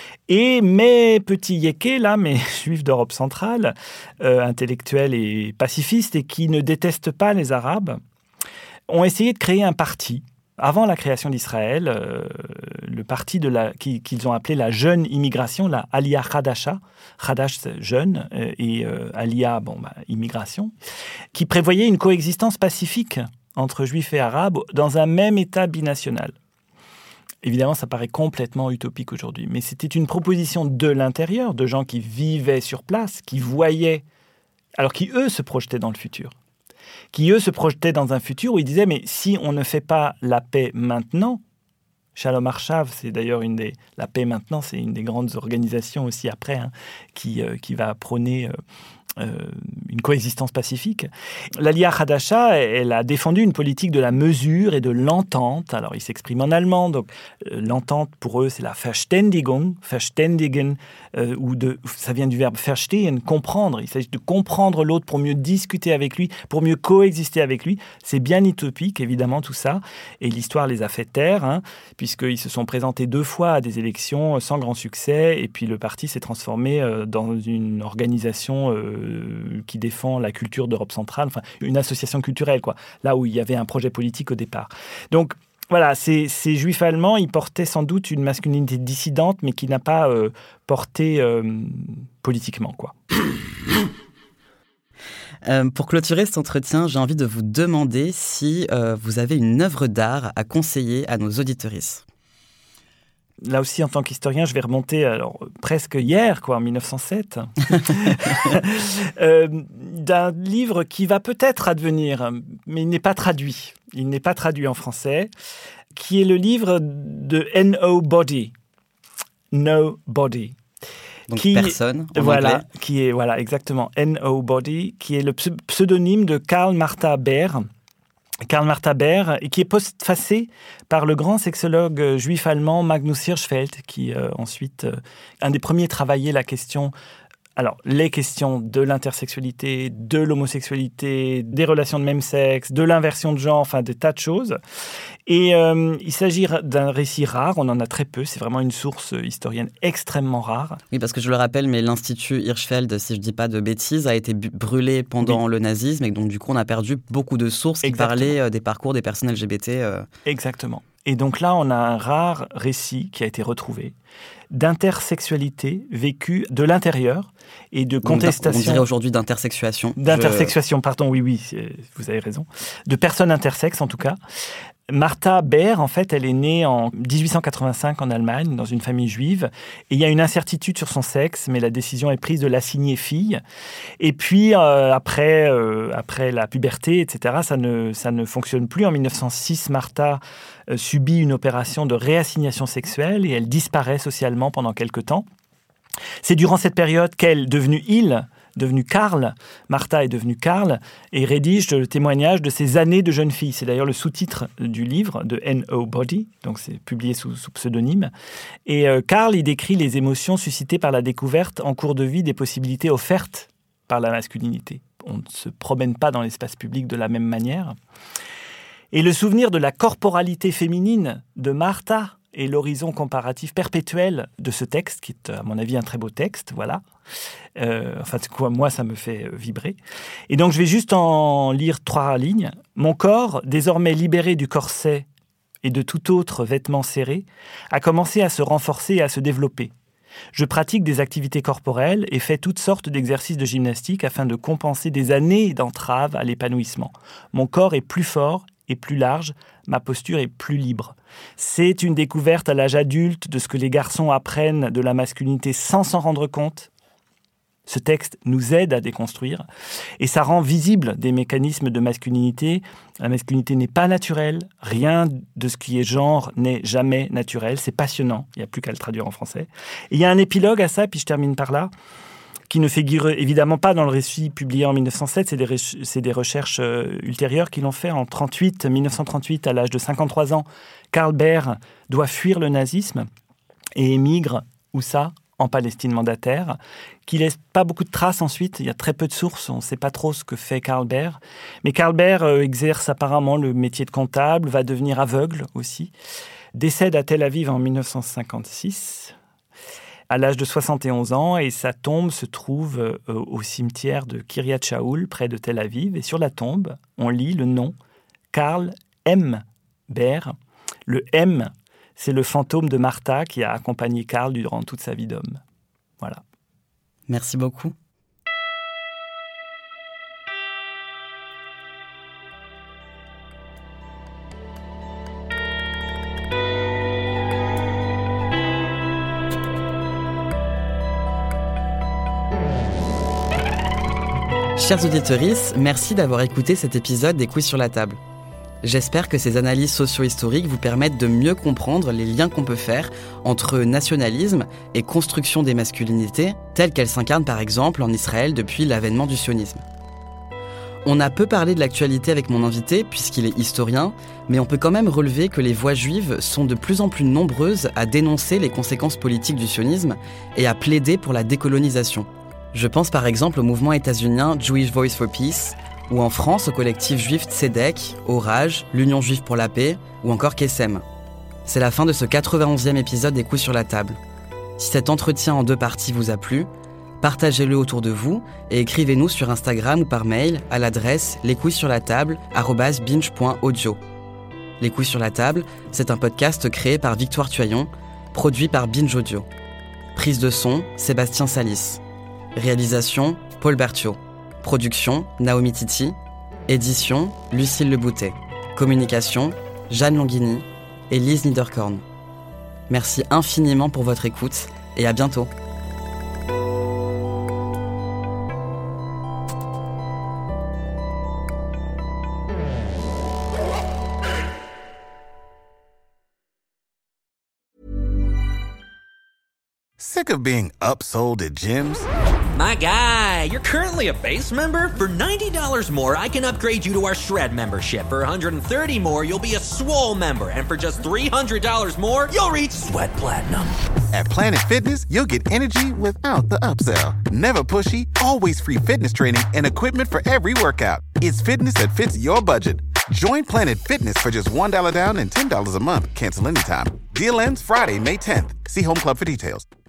Et mes petits yékés, là, mes juifs d'Europe centrale, euh, intellectuels et pacifistes, et qui ne détestent pas les Arabes, ont essayé de créer un parti. Avant la création d'Israël, euh, le parti de la, qui, qu'ils ont appelé la jeune immigration, la Aliyah Hadasha, Hadash c'est jeune, euh, et euh, Aliyah, bon, bah, immigration, qui prévoyait une coexistence pacifique entre juifs et arabes dans un même État binational. Évidemment, ça paraît complètement utopique aujourd'hui, mais c'était une proposition de l'intérieur, de gens qui vivaient sur place, qui voyaient, alors qui, eux, se projetaient dans le futur. Qui, eux, se projetaient dans un futur où ils disaient, mais si on ne fait pas la paix maintenant, Shalom Arshav, c'est d'ailleurs une des... La paix maintenant, c'est une des grandes organisations aussi après, hein, qui, euh, qui va prôner... Euh, Euh, une coexistence pacifique. L'Aliyah Hadasha, elle a défendu une politique de la mesure et de l'entente. Alors, il s'exprime en allemand, donc euh, l'entente, pour eux, c'est la Verständigung, Verständigen, euh, ou de, ça vient du verbe verstehen, comprendre. Il s'agit de comprendre l'autre pour mieux discuter avec lui, pour mieux coexister avec lui. C'est bien utopique, évidemment, tout ça. Et l'histoire les a fait taire, hein, puisqu'ils se sont présentés deux fois à des élections sans grand succès, et puis le parti s'est transformé euh, dans une organisation euh, qui défend la culture d'Europe centrale, enfin une association culturelle, quoi, là où il y avait un projet politique au départ. Donc voilà, ces, ces juifs allemands, ils portaient sans doute une masculinité dissidente, mais qui n'a pas euh, porté euh, politiquement, quoi. Euh, pour clôturer cet entretien, j'ai envie de vous demander si euh, vous avez une œuvre d'art à conseiller à nos auditrices. Là aussi, en tant qu'historien, je vais remonter alors, presque hier, quoi, en dix-neuf cent sept, euh, d'un livre qui va peut-être advenir, mais il n'est pas traduit. Il n'est pas traduit en français, qui est le livre de Nobody. Nobody. Donc qui, personne, en voilà, anglais. Qui est, voilà, exactement, Nobody, qui est le pseudonyme de Karl Martha Beer, Karl Martha Beer, et qui est postfacé par le grand sexologue juif allemand Magnus Hirschfeld, qui euh, ensuite, euh, un des premiers travaillait la question Alors, les questions de l'intersexualité, de l'homosexualité, des relations de même sexe, de l'inversion de genre, enfin des tas de choses. Et euh, il s'agit d'un récit rare, on en a très peu, c'est vraiment une source historienne extrêmement rare. Oui, parce que je le rappelle, mais l'Institut Hirschfeld, si je ne dis pas de bêtises, a été brûlé pendant oui. le nazisme, et donc du coup on a perdu beaucoup de sources qui Exactement. parlaient des parcours des personnes L G B T. Euh... Exactement. Et donc là, on a un rare récit qui a été retrouvé d'intersexualité vécue de l'intérieur et de contestation. On dirait aujourd'hui d'intersexuation. D'intersexuation, je... pardon, oui, oui, vous avez raison. De personnes intersexes, en tout cas. Martha Baer, en fait, elle est née en dix-huit cent quatre-vingt-cinq en Allemagne, dans une famille juive. Et il y a une incertitude sur son sexe, mais la décision est prise de l'assigner fille. Et puis, euh, après, euh, après la puberté, et cetera, ça ne, ça ne fonctionne plus. En mille neuf cent six, Martha euh, subit une opération de réassignation sexuelle et elle disparaît socialement pendant quelque temps. C'est durant cette période qu'elle, devenue il, devenue Karl, Martha est devenue Karl, et rédige le témoignage de ses années de jeune fille. C'est d'ailleurs le sous-titre du livre, de Nobody, donc c'est publié sous, sous pseudonyme. Et euh, Karl, il décrit les émotions suscitées par la découverte en cours de vie des possibilités offertes par la masculinité. On ne se promène pas dans l'espace public de la même manière. Et le souvenir de la corporalité féminine de Martha et l'horizon comparatif perpétuel de ce texte, qui est à mon avis un très beau texte, voilà. Euh, enfin, c'est quoi, moi, ça me fait vibrer. Et donc, je vais juste en lire trois lignes. « Mon corps, désormais libéré du corset et de tout autre vêtement serré, a commencé à se renforcer et à se développer. Je pratique des activités corporelles et fais toutes sortes d'exercices de gymnastique afin de compenser des années d'entrave à l'épanouissement. Mon corps est plus fort et plus large, ma posture est plus libre. C'est une découverte à l'âge adulte de ce que les garçons apprennent de la masculinité sans s'en rendre compte. Ce texte nous aide à déconstruire et ça rend visible des mécanismes de masculinité. La masculinité n'est pas naturelle, rien de ce qui est genre n'est jamais naturel. C'est passionnant, il n'y a plus qu'à le traduire en français. Et il y a un épilogue à ça, puis je termine par là, qui ne figure évidemment pas dans le récit publié en mille neuf cent sept, c'est des, re- c'est des recherches euh, ultérieures qui l'ont fait en trente-huit, mille neuf cent trente-huit, à l'âge de cinquante-trois ans. Karl Baer doit fuir le nazisme et émigre, où ça ? En Palestine mandataire, qui laisse pas beaucoup de traces ensuite. Il y a très peu de sources, on ne sait pas trop ce que fait Karl Baer. Mais Karl Baer euh, exerce apparemment le métier de comptable, va devenir aveugle aussi, décède à Tel Aviv en mille neuf cent cinquante-six, à l'âge de soixante et onze ans, et sa tombe se trouve euh, au cimetière de Kiryat Shaoul, près de Tel Aviv. Et sur la tombe, on lit le nom Karl M. Baer. Le M, c'est le fantôme de Martha qui a accompagné Karl durant toute sa vie d'homme. Voilà. Merci beaucoup. Chers auditeurs, merci d'avoir écouté cet épisode des Couilles sur la table. J'espère que ces analyses socio-historiques vous permettent de mieux comprendre les liens qu'on peut faire entre nationalisme et construction des masculinités, telles qu'elles s'incarnent par exemple en Israël depuis l'avènement du sionisme. On a peu parlé de l'actualité avec mon invité, puisqu'il est historien, mais on peut quand même relever que les voix juives sont de plus en plus nombreuses à dénoncer les conséquences politiques du sionisme et à plaider pour la décolonisation. Je pense par exemple au mouvement états-unien Jewish Voice for Peace, ou en France au collectif juif Tzedek, Orage, l'Union juive pour la paix, ou encore Kessem. C'est la fin de ce quatre-vingt-onzième épisode des Couilles sur la table. Si cet entretien en deux parties vous a plu, partagez-le autour de vous et écrivez-nous sur Instagram ou par mail à l'adresse lescouillessurlatable arobase binge point audio. Les Couilles sur la table, c'est un podcast créé par Victoire Tuaillon, produit par Binge Audio. Prise de son, Sébastien Salis. Réalisation, Paul Berthiaud. Production, Naomi Titi. Édition, Lucille Leboutet. Communication, Jeanne Longhini et Lise Niederkorn. Merci infiniment pour votre écoute et à bientôt. Sick of being upsold at gyms? My guy, you're currently a base member? For ninety dollars more, I can upgrade you to our Shred membership. For one hundred thirty dollars more, you'll be a Swole member. And for just three hundred dollars more, you'll reach Sweat Platinum. At Planet Fitness, you'll get energy without the upsell. Never pushy, always free fitness training and equipment for every workout. It's fitness that fits your budget. Join Planet Fitness for just one dollar down and ten dollars a month. Cancel anytime. Deal ends Friday, May tenth. See Home Club for details.